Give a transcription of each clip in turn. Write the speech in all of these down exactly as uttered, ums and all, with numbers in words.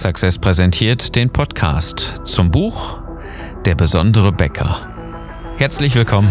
Success präsentiert den Podcast zum Buch Der besondere Bäcker. Herzlich willkommen.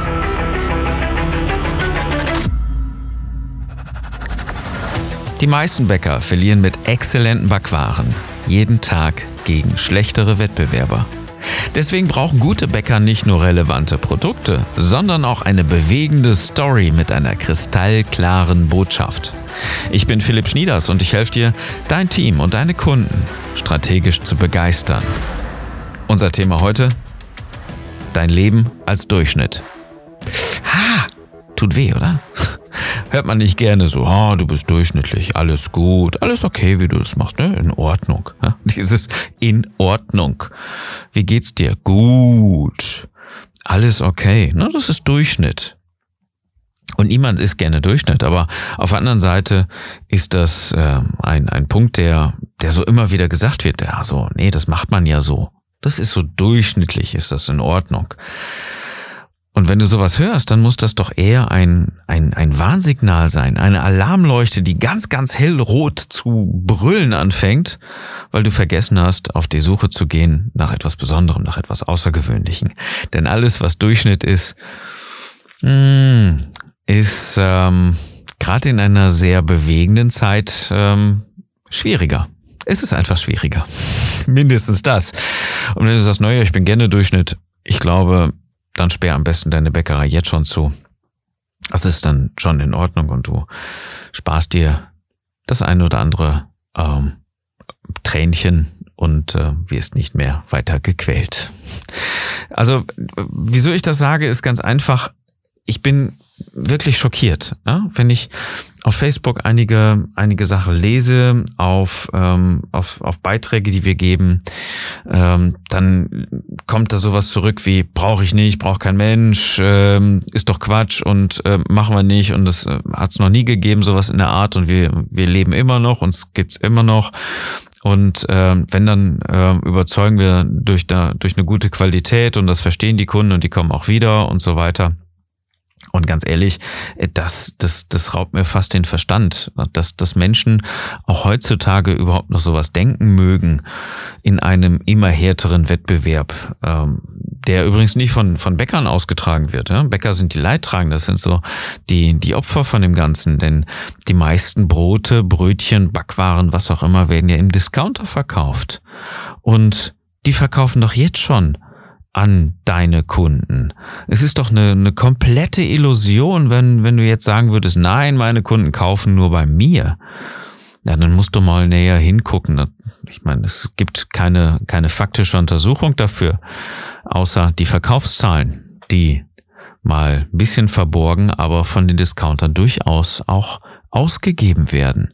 Die meisten Bäcker verlieren mit exzellenten Backwaren jeden Tag gegen schlechtere Wettbewerber. Deswegen brauchen gute Bäcker nicht nur relevante Produkte, sondern auch eine bewegende Story mit einer kristallklaren Botschaft. Ich bin Philipp Schnieders und ich helfe dir, dein Team und deine Kunden strategisch zu begeistern. Unser Thema heute: Dein Leben als Durchschnitt. Ha! Tut weh, oder? Hört man nicht gerne so, oh, du bist durchschnittlich, alles gut, alles okay, wie du das machst, ne? In Ordnung. Ja? Dieses in Ordnung. Wie geht's dir? Gut. Alles okay. Ne? Das ist Durchschnitt. Und niemand ist gerne Durchschnitt, aber auf der anderen Seite ist das äh, ein, ein Punkt, der, der so immer wieder gesagt wird, ja, so, nee, das macht man ja so. Das ist so durchschnittlich, ist das in Ordnung. Und wenn du sowas hörst, dann muss das doch eher ein, ein, ein Warnsignal sein, eine Alarmleuchte, die ganz, ganz hellrot zu brüllen anfängt, weil du vergessen hast, auf die Suche zu gehen nach etwas Besonderem, nach etwas Außergewöhnlichem. Denn alles, was Durchschnitt ist, mh, ist ähm, gerade in einer sehr bewegenden Zeit ähm, schwieriger. Es ist einfach schwieriger. Mindestens das. Und wenn du sagst, naja, ich bin gerne Durchschnitt, ich glaube, dann sperr am besten deine Bäckerei jetzt schon zu. Das ist dann schon in Ordnung und du sparst dir das ein oder andere ähm, Tränchen und äh, wirst nicht mehr weiter gequält. Also, wieso ich das sage, ist ganz einfach. Ich bin wirklich schockiert, ja? Wenn ich auf Facebook einige einige Sachen lese, auf ähm, auf auf Beiträge, die wir geben, ähm, dann kommt da sowas zurück wie: brauche ich nicht, braucht kein Mensch, ähm, ist doch Quatsch und äh, machen wir nicht und das äh, hat es noch nie gegeben, sowas in der Art, und wir wir leben immer noch, uns gibt's immer noch. Und äh, wenn, dann äh, überzeugen wir durch da durch eine gute Qualität und das verstehen die Kunden und die kommen auch wieder und so weiter. Und ganz ehrlich, das, das, das raubt mir fast den Verstand, dass, dass Menschen auch heutzutage überhaupt noch sowas denken mögen in einem immer härteren Wettbewerb, ähm, der übrigens nicht von, von Bäckern ausgetragen wird. Ja? Bäcker sind die Leidtragenden, das sind so die, die Opfer von dem Ganzen, denn die meisten Brote, Brötchen, Backwaren, was auch immer, werden ja im Discounter verkauft. Und die verkaufen doch jetzt schon an deine Kunden. Es ist doch eine, eine komplette Illusion, wenn, wenn du jetzt sagen würdest, nein, meine Kunden kaufen nur bei mir. Ja, dann musst du mal näher hingucken. Ich meine, es gibt keine, keine faktische Untersuchung dafür, außer die Verkaufszahlen, die mal ein bisschen verborgen, aber von den Discountern durchaus auch ausgegeben werden.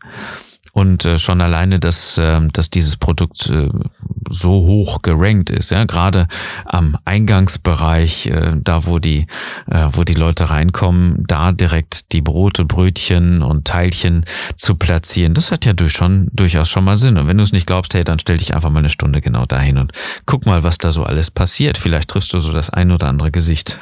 Und äh, schon alleine, dass, äh, dass dieses Produkt äh, so hoch gerankt ist, ja, gerade am Eingangsbereich, äh, da wo die, äh, wo die Leute reinkommen, da direkt die Brote, Brötchen und Teilchen zu platzieren, das hat ja durch schon, durchaus schon mal Sinn. Und wenn du es nicht glaubst, hey, dann stell dich einfach mal eine Stunde genau dahin und guck mal, was da so alles passiert. Vielleicht triffst du so das ein oder andere Gesicht,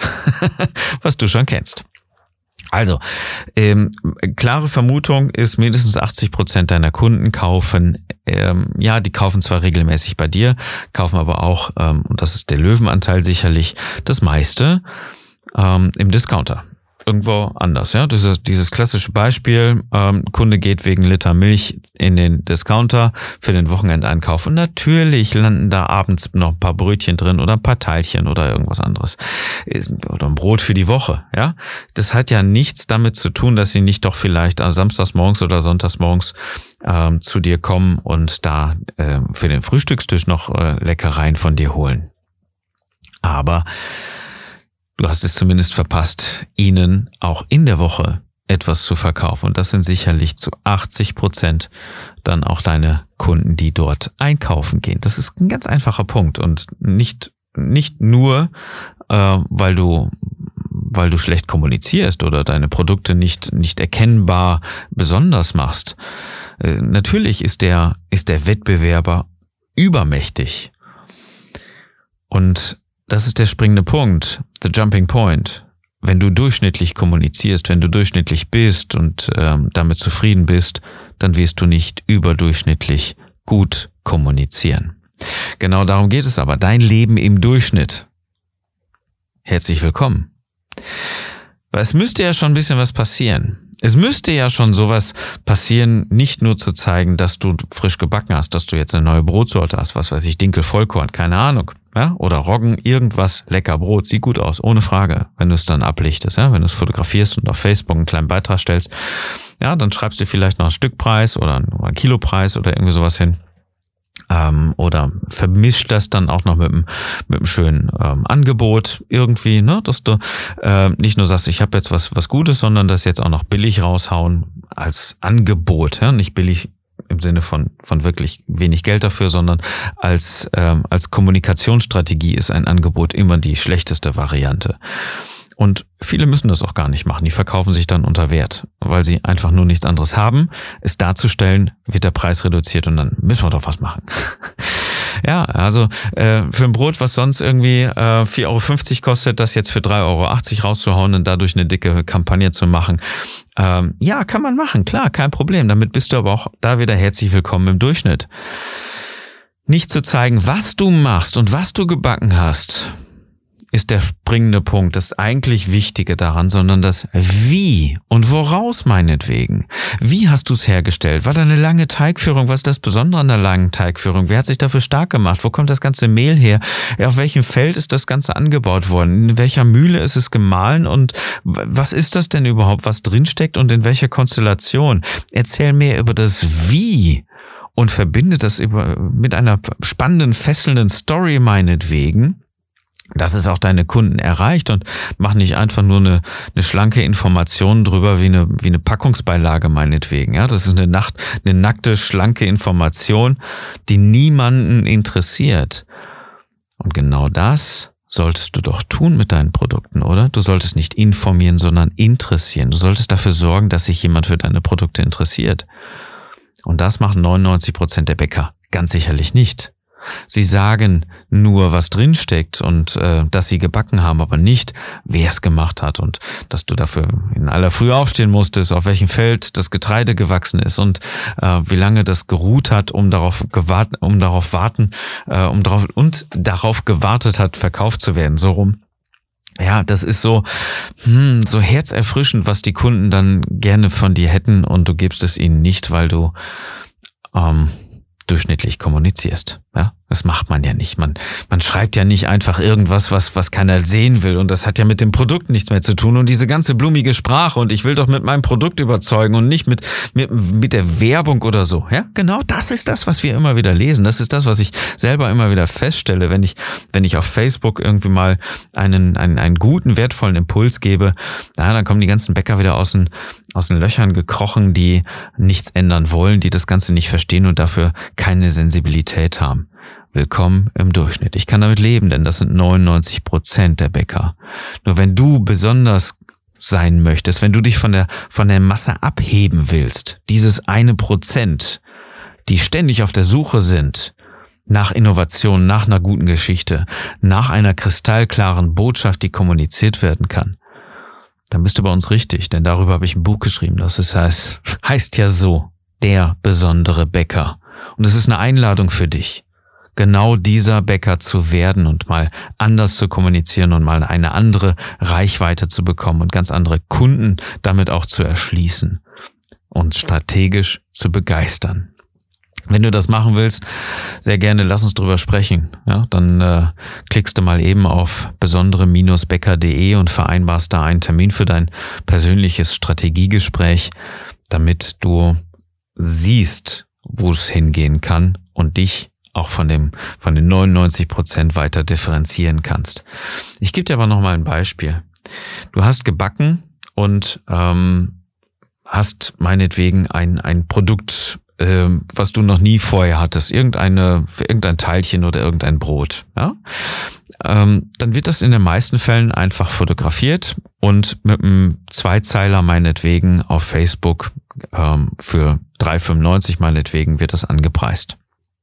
was du schon kennst. Also, ähm, klare Vermutung ist, mindestens achtzig Prozent deiner Kunden kaufen, ähm, ja, die kaufen zwar regelmäßig bei dir, kaufen aber auch, ähm, und das ist der Löwenanteil sicherlich, das meiste ähm, im Discounter. Irgendwo anders, ja. Dieses, dieses klassische Beispiel, ähm, Kunde geht wegen Liter Milch in den Discounter für den Wochenendeinkauf und natürlich landen da abends noch ein paar Brötchen drin oder ein paar Teilchen oder irgendwas anderes. Oder ein Brot für die Woche, ja. Das hat ja nichts damit zu tun, dass sie nicht doch vielleicht am samstags morgens oder sonntags morgens ähm, zu dir kommen und da äh, für den Frühstückstisch noch äh, Leckereien von dir holen. Aber du hast es zumindest verpasst, ihnen auch in der Woche etwas zu verkaufen. Und das sind sicherlich zu achtzig Prozent dann auch deine Kunden, die dort einkaufen gehen. Das ist ein ganz einfacher Punkt und nicht nicht nur, äh, weil du weil du schlecht kommunizierst oder deine Produkte nicht nicht erkennbar besonders machst. Äh, natürlich ist der ist der Wettbewerber übermächtig. Und das ist der springende Punkt, the jumping point. Wenn du durchschnittlich kommunizierst, wenn du durchschnittlich bist und ähm, damit zufrieden bist, dann wirst du nicht überdurchschnittlich gut kommunizieren. Genau darum geht es aber. Dein Leben im Durchschnitt. Herzlich willkommen. Weil es müsste ja schon ein bisschen was passieren. Es müsste ja schon sowas passieren, nicht nur zu zeigen, dass du frisch gebacken hast, dass du jetzt eine neue Brotsorte hast, was weiß ich, Dinkel, Vollkorn, keine Ahnung, ja, oder Roggen, irgendwas, lecker Brot, sieht gut aus, ohne Frage, wenn du es dann ablichtest, ja, wenn du es fotografierst und auf Facebook einen kleinen Beitrag stellst, ja, dann schreibst du vielleicht noch einen Stückpreis oder einen Kilopreis oder irgendwie sowas hin. Ähm, oder vermischt das dann auch noch mit einem mit einem schönen ähm, Angebot irgendwie, ne, dass du äh, nicht nur sagst, ich habe jetzt was was Gutes, sondern das jetzt auch noch billig raushauen als Angebot, ja, nicht billig im Sinne von von wirklich wenig Geld dafür, sondern als ähm, als Kommunikationsstrategie ist ein Angebot immer die schlechteste Variante. Und viele müssen das auch gar nicht machen. Die verkaufen sich dann unter Wert, weil sie einfach nur nichts anderes haben. Es darzustellen, wird der Preis reduziert und dann müssen wir doch was machen. Ja, also äh, für ein Brot, was sonst irgendwie äh, vier Euro fünfzig kostet, das jetzt für drei Euro achtzig rauszuhauen und dadurch eine dicke Kampagne zu machen. Ähm, ja, kann man machen, klar, kein Problem. Damit bist du aber auch da wieder herzlich willkommen im Durchschnitt. Nicht zu zeigen, was du machst und was du gebacken hast, ist der springende Punkt, das eigentlich Wichtige daran, sondern das Wie und woraus meinetwegen. Wie hast du es hergestellt? War da eine lange Teigführung? Was ist das Besondere an der langen Teigführung? Wer hat sich dafür stark gemacht? Wo kommt das ganze Mehl her? Auf welchem Feld ist das Ganze angebaut worden? In welcher Mühle ist es gemahlen? Und was ist das denn überhaupt, was drinsteckt und in welcher Konstellation? Erzähl mehr über das Wie und verbinde das über, mit einer spannenden, fesselnden Story meinetwegen, dass es auch deine Kunden erreicht, und mach nicht einfach nur eine, eine schlanke Information drüber wie eine, wie eine Packungsbeilage meinetwegen. Ja, das ist eine, Nacht, eine nackte, schlanke Information, die niemanden interessiert. Und genau das solltest du doch tun mit deinen Produkten, oder? Du solltest nicht informieren, sondern interessieren. Du solltest dafür sorgen, dass sich jemand für deine Produkte interessiert. Und das machen neunundneunzig Prozent der Bäcker ganz sicherlich nicht. Sie sagen nur, was drinsteckt und äh, dass sie gebacken haben, aber nicht, wer es gemacht hat und dass du dafür in aller Früh aufstehen musstest, auf welchem Feld das Getreide gewachsen ist und äh, wie lange das geruht hat, um darauf gewartet, um darauf warten, äh, um darauf und darauf gewartet hat, verkauft zu werden, so rum. Ja, das ist so, hm, so herzerfrischend, was die Kunden dann gerne von dir hätten, und du gibst es ihnen nicht, weil du ähm, durchschnittlich kommunizierst. Ja, das macht man ja nicht. Man, man schreibt ja nicht einfach irgendwas, was, was keiner sehen will. Und das hat ja mit dem Produkt nichts mehr zu tun. Und diese ganze blumige Sprache, und ich will doch mit meinem Produkt überzeugen und nicht mit, mit, mit der Werbung oder so. Ja, genau das ist das, was wir immer wieder lesen. Das ist das, was ich selber immer wieder feststelle, wenn ich, wenn ich auf Facebook irgendwie mal einen, einen, einen guten, wertvollen Impuls gebe. Ja, dann kommen die ganzen Bäcker wieder aus den, aus den Löchern gekrochen, die nichts ändern wollen, die das Ganze nicht verstehen und dafür keine Sensibilität haben. Willkommen im Durchschnitt. Ich kann damit leben, denn das sind neunundneunzig Prozent der Bäcker. Nur wenn du besonders sein möchtest, wenn du dich von der, von der Masse abheben willst, dieses eine Prozent, die ständig auf der Suche sind nach Innovation, nach einer guten Geschichte, nach einer kristallklaren Botschaft, die kommuniziert werden kann, dann bist du bei uns richtig, denn darüber habe ich ein Buch geschrieben. Das ist, heißt, heißt ja so, der besondere Bäcker. Und es ist eine Einladung für dich, genau dieser Bäcker zu werden und mal anders zu kommunizieren und mal eine andere Reichweite zu bekommen und ganz andere Kunden damit auch zu erschließen und strategisch zu begeistern. Wenn du das machen willst, sehr gerne, lass uns drüber sprechen. Ja, dann äh, klickst du mal eben auf besondere Bindestrich bäcker punkt de und vereinbarst da einen Termin für dein persönliches Strategiegespräch, damit du siehst, wo es hingehen kann und dich auch von dem von den neunundneunzig Prozent weiter differenzieren kannst. Ich gebe dir aber noch mal ein Beispiel. Du hast gebacken und ähm, hast meinetwegen ein ein Produkt, ähm, was du noch nie vorher hattest, irgendeine irgendein Teilchen oder irgendein Brot. Ja? Ähm, dann wird das in den meisten Fällen einfach fotografiert und mit einem Zweizeiler meinetwegen auf Facebook ähm, für drei Euro fünfundneunzig meinetwegen wird das angepreist.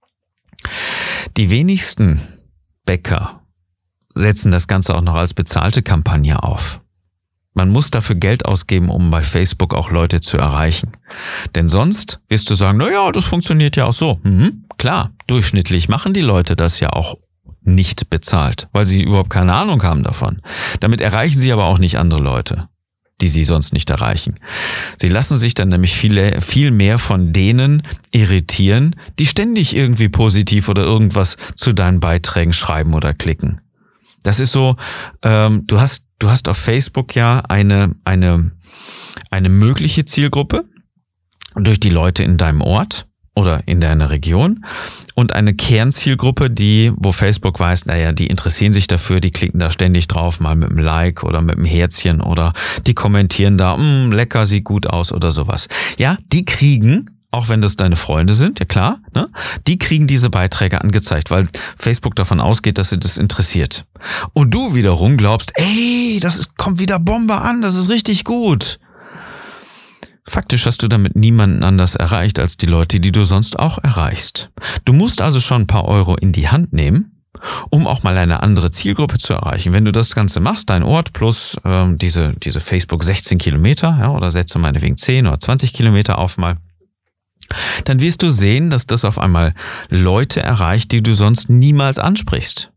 Die wenigsten Bäcker setzen das Ganze auch noch als bezahlte Kampagne auf. Man muss dafür Geld ausgeben, um bei Facebook auch Leute zu erreichen. Denn sonst wirst du sagen, na ja, das funktioniert ja auch so. Mhm, Klar, durchschnittlich machen die Leute das ja auch nicht bezahlt, weil sie überhaupt keine Ahnung haben davon. Damit erreichen sie aber auch nicht andere Leute, die sie sonst nicht erreichen. Sie lassen sich dann nämlich viel, viel mehr von denen irritieren, die ständig irgendwie positiv oder irgendwas zu deinen Beiträgen schreiben oder klicken. Das ist so, ähm, du hast, du hast auf Facebook ja eine, eine, eine mögliche Zielgruppe durch die Leute in deinem Ort oder in deiner Region und eine Kernzielgruppe, die, wo Facebook weiß, naja, die interessieren sich dafür, die klicken da ständig drauf, mal mit einem Like oder mit einem Herzchen oder die kommentieren da, mh, lecker, sieht gut aus oder sowas. Ja, die kriegen, auch wenn das deine Freunde sind, ja klar, ne, die kriegen diese Beiträge angezeigt, weil Facebook davon ausgeht, dass sie das interessiert. Und du wiederum glaubst, ey, das ist, kommt wieder Bombe an, das ist richtig gut. Faktisch hast du damit niemanden anders erreicht als die Leute, die du sonst auch erreichst. Du musst also schon ein paar Euro in die Hand nehmen, um auch mal eine andere Zielgruppe zu erreichen. Wenn du das Ganze machst, dein Ort plus ähm, diese diese Facebook sechzehn Kilometer, ja, oder setze meinetwegen zehn oder zwanzig Kilometer auf mal, dann wirst du sehen, dass das auf einmal Leute erreicht, die du sonst niemals ansprichst.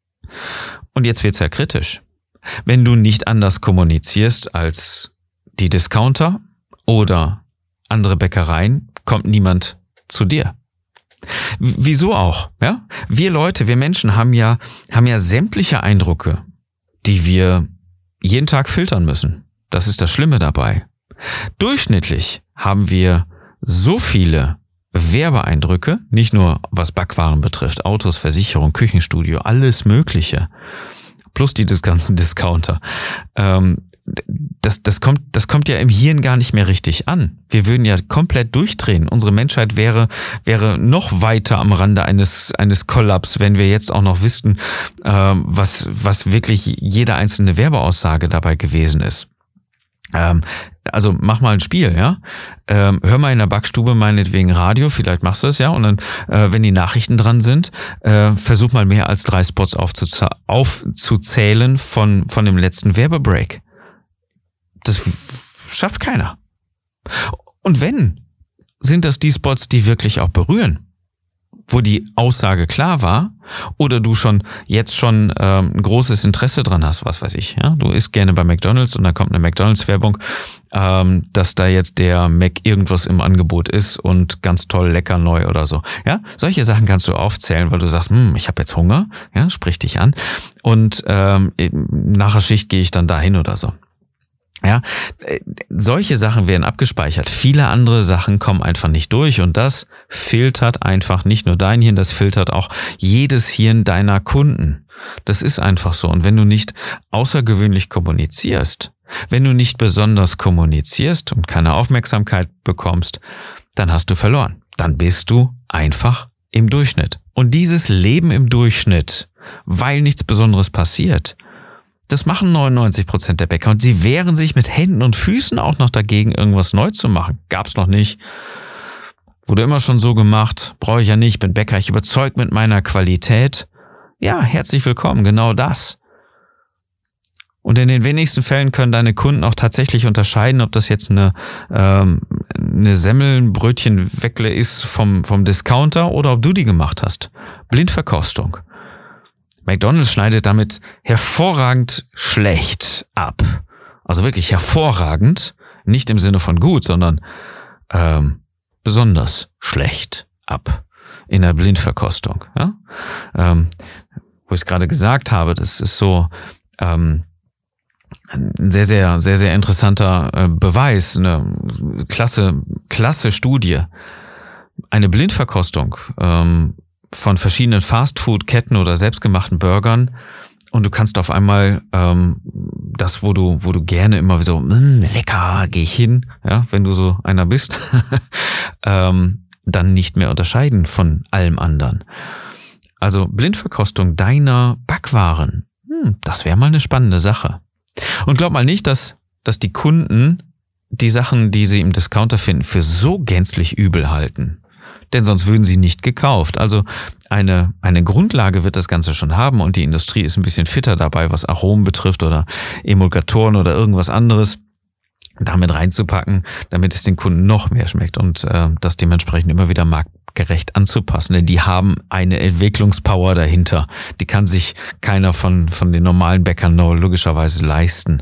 Und jetzt wird's ja kritisch. Wenn du nicht anders kommunizierst als die Discounter oder andere Bäckereien, kommt niemand zu dir. W- wieso auch? Ja? Wir Leute, wir Menschen haben ja, haben ja sämtliche Eindrücke, die wir jeden Tag filtern müssen. Das ist das Schlimme dabei. Durchschnittlich haben wir so viele Werbeeindrücke, nicht nur was Backwaren betrifft, Autos, Versicherung, Küchenstudio, alles Mögliche, plus die des ganzen Discounter. Ähm, Das, das kommt, das kommt ja im Hirn gar nicht mehr richtig an. Wir würden ja komplett durchdrehen. Unsere Menschheit wäre, wäre noch weiter am Rande eines, eines Kollaps, wenn wir jetzt auch noch wüssten, ähm, was, was wirklich jede einzelne Werbeaussage dabei gewesen ist. Ähm, also mach mal ein Spiel, ja. Ähm, hör mal in der Backstube meinetwegen Radio, vielleicht machst du es ja, und dann, äh, wenn die Nachrichten dran sind, äh, versuch mal mehr als drei Spots aufzuza- aufzuzählen von, von dem letzten Werbebreak. Das schafft keiner. Und wenn, sind das die Spots, die wirklich auch berühren, wo die Aussage klar war oder du schon jetzt schon ähm, ein großes Interesse dran hast, was weiß ich. Ja? Du isst gerne bei McDonald's und dann kommt eine McDonald's-Werbung, ähm, dass da jetzt der Mac irgendwas im Angebot ist und ganz toll, lecker, neu oder so. Ja, solche Sachen kannst du aufzählen, weil du sagst, hm, ich habe jetzt Hunger, ja, sprich dich an und ähm, nach der Schicht gehe ich dann dahin oder so. Ja, solche Sachen werden abgespeichert. Viele andere Sachen kommen einfach nicht durch und das filtert einfach nicht nur dein Hirn, das filtert auch jedes Hirn deiner Kunden. Das ist einfach so. Und wenn du nicht außergewöhnlich kommunizierst, wenn du nicht besonders kommunizierst und keine Aufmerksamkeit bekommst, dann hast du verloren. Dann bist du einfach im Durchschnitt. Und dieses Leben im Durchschnitt, weil nichts Besonderes passiert, das machen neunundneunzig Prozent der Bäcker und sie wehren sich mit Händen und Füßen auch noch dagegen, irgendwas neu zu machen. Gab's noch nicht. Wurde immer schon so gemacht. Brauche ich ja nicht. Bin Bäcker. Ich überzeugt mit meiner Qualität. Ja, herzlich willkommen. Genau das. Und in den wenigsten Fällen können deine Kunden auch tatsächlich unterscheiden, ob das jetzt eine, ähm, eine Semmelbrötchen-Weckle ist vom, vom Discounter oder ob du die gemacht hast. Blindverkostung. McDonald's schneidet damit hervorragend schlecht ab. Also wirklich hervorragend, nicht im Sinne von gut, sondern ähm, besonders schlecht ab in der Blindverkostung. Ja? Ähm, wo ich es gerade gesagt habe, das ist so ähm, ein sehr, sehr, sehr, sehr interessanter äh, Beweis, eine klasse, klasse Studie. Eine Blindverkostung ähm, von verschiedenen Fastfood-Ketten oder selbstgemachten Burgern und du kannst auf einmal ähm, das, wo du wo du gerne immer so mmm, lecker, gehe ich hin, ja, wenn du so einer bist, ähm, dann nicht mehr unterscheiden von allem anderen. Also Blindverkostung deiner Backwaren, hm, das wäre mal eine spannende Sache. Und glaub mal nicht, dass dass die Kunden die Sachen, die sie im Discounter finden, für so gänzlich übel halten. Denn sonst würden sie nicht gekauft. Also eine eine Grundlage wird das Ganze schon haben und die Industrie ist ein bisschen fitter dabei, was Aromen betrifft oder Emulgatoren oder irgendwas anderes damit reinzupacken, damit es den Kunden noch mehr schmeckt und äh, das dementsprechend immer wieder Markt, fachgerecht anzupassen, denn die haben eine Entwicklungspower dahinter. Die kann sich keiner von, von den normalen Bäckern logischerweise leisten.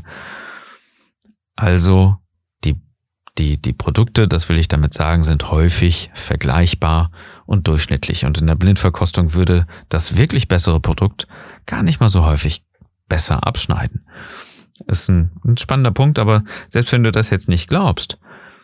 Also die, die, die Produkte, das will ich damit sagen, sind häufig vergleichbar und durchschnittlich. Und in der Blindverkostung würde das wirklich bessere Produkt gar nicht mal so häufig besser abschneiden. Ist ein, ein spannender Punkt, aber selbst wenn du das jetzt nicht glaubst,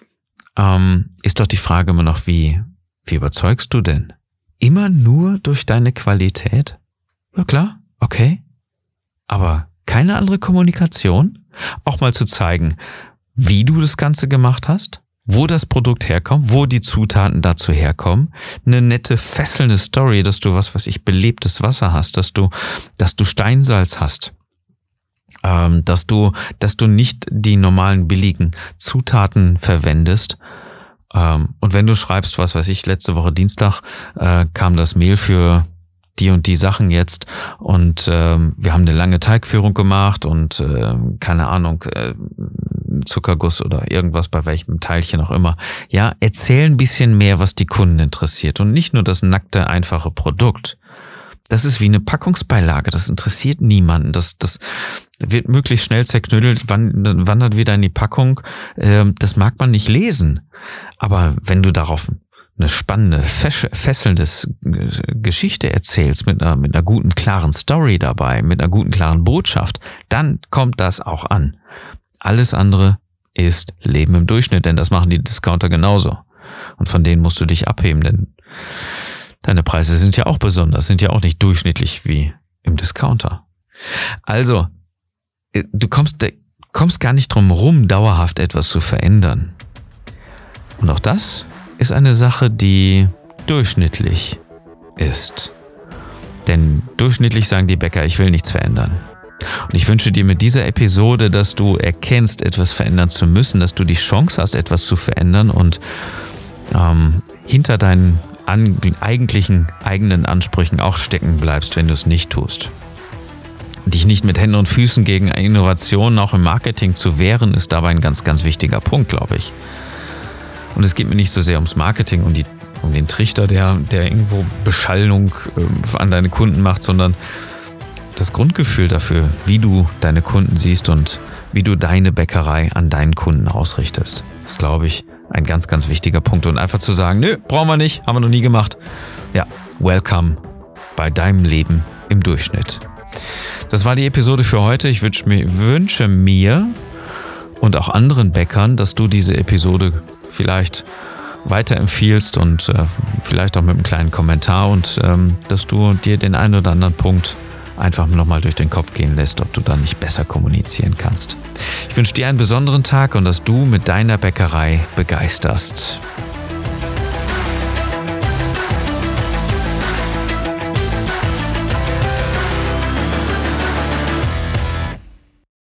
ähm, ist doch die Frage immer noch, wie, wie überzeugst du denn? Immer nur durch deine Qualität? Ja klar, okay. Aber keine andere Kommunikation? Auch mal zu zeigen, wie du das Ganze gemacht hast, wo das Produkt herkommt, wo die Zutaten dazu herkommen, eine nette, fesselnde Story, dass du was, was ich belebtes Wasser hast, dass du, dass du Steinsalz hast, ähm, dass du, dass du nicht die normalen billigen Zutaten verwendest. Ähm, und wenn du schreibst, was weiß ich, letzte Woche Dienstag äh, kam das Mehl für die und die Sachen jetzt und ähm, wir haben eine lange Teigführung gemacht und äh, keine Ahnung, äh, Zuckerguss oder irgendwas, bei welchem Teilchen auch immer. Ja, erzähl ein bisschen mehr, was die Kunden interessiert und nicht nur das nackte, einfache Produkt. Das ist wie eine Packungsbeilage, das interessiert niemanden. Das, das wird möglichst schnell zerknüttelt, wandert wieder in die Packung. Äh, das mag man nicht lesen. Aber wenn du darauf eine spannende, fesselnde Geschichte erzählst, mit einer, mit einer guten, klaren Story dabei, mit einer guten, klaren Botschaft, dann kommt das auch an. Alles andere ist Leben im Durchschnitt, denn das machen die Discounter genauso. Und von denen musst du dich abheben, denn deine Preise sind ja auch besonders, sind ja auch nicht durchschnittlich wie im Discounter. Also, du kommst, kommst gar nicht drum rum, dauerhaft etwas zu verändern. Und auch das ist eine Sache, die durchschnittlich ist. Denn durchschnittlich sagen die Bäcker, ich will nichts verändern. Und ich wünsche dir mit dieser Episode, dass du erkennst, etwas verändern zu müssen, dass du die Chance hast, etwas zu verändern und ähm, hinter deinen an, eigentlichen eigenen Ansprüchen auch stecken bleibst, wenn du es nicht tust. Dich nicht mit Händen und Füßen gegen Innovationen auch im Marketing zu wehren, ist dabei ein ganz, ganz wichtiger Punkt, glaube ich. Und es geht mir nicht so sehr ums Marketing, um, die, um den Trichter, der, der irgendwo Beschallung äh, an deine Kunden macht, sondern das Grundgefühl dafür, wie du deine Kunden siehst und wie du deine Bäckerei an deinen Kunden ausrichtest. Das ist, glaube ich, ein ganz, ganz wichtiger Punkt. Und einfach zu sagen, nö, brauchen wir nicht, haben wir noch nie gemacht. Ja, welcome bei deinem Leben im Durchschnitt. Das war die Episode für heute. Ich wünsche mir, wünsche mir und auch anderen Bäckern, dass du diese Episode vielleicht weiterempfiehlst und äh, vielleicht auch mit einem kleinen Kommentar und ähm, dass du dir den einen oder anderen Punkt einfach nochmal durch den Kopf gehen lässt, ob du da nicht besser kommunizieren kannst. Ich wünsche dir einen besonderen Tag und dass du mit deiner Bäckerei begeisterst.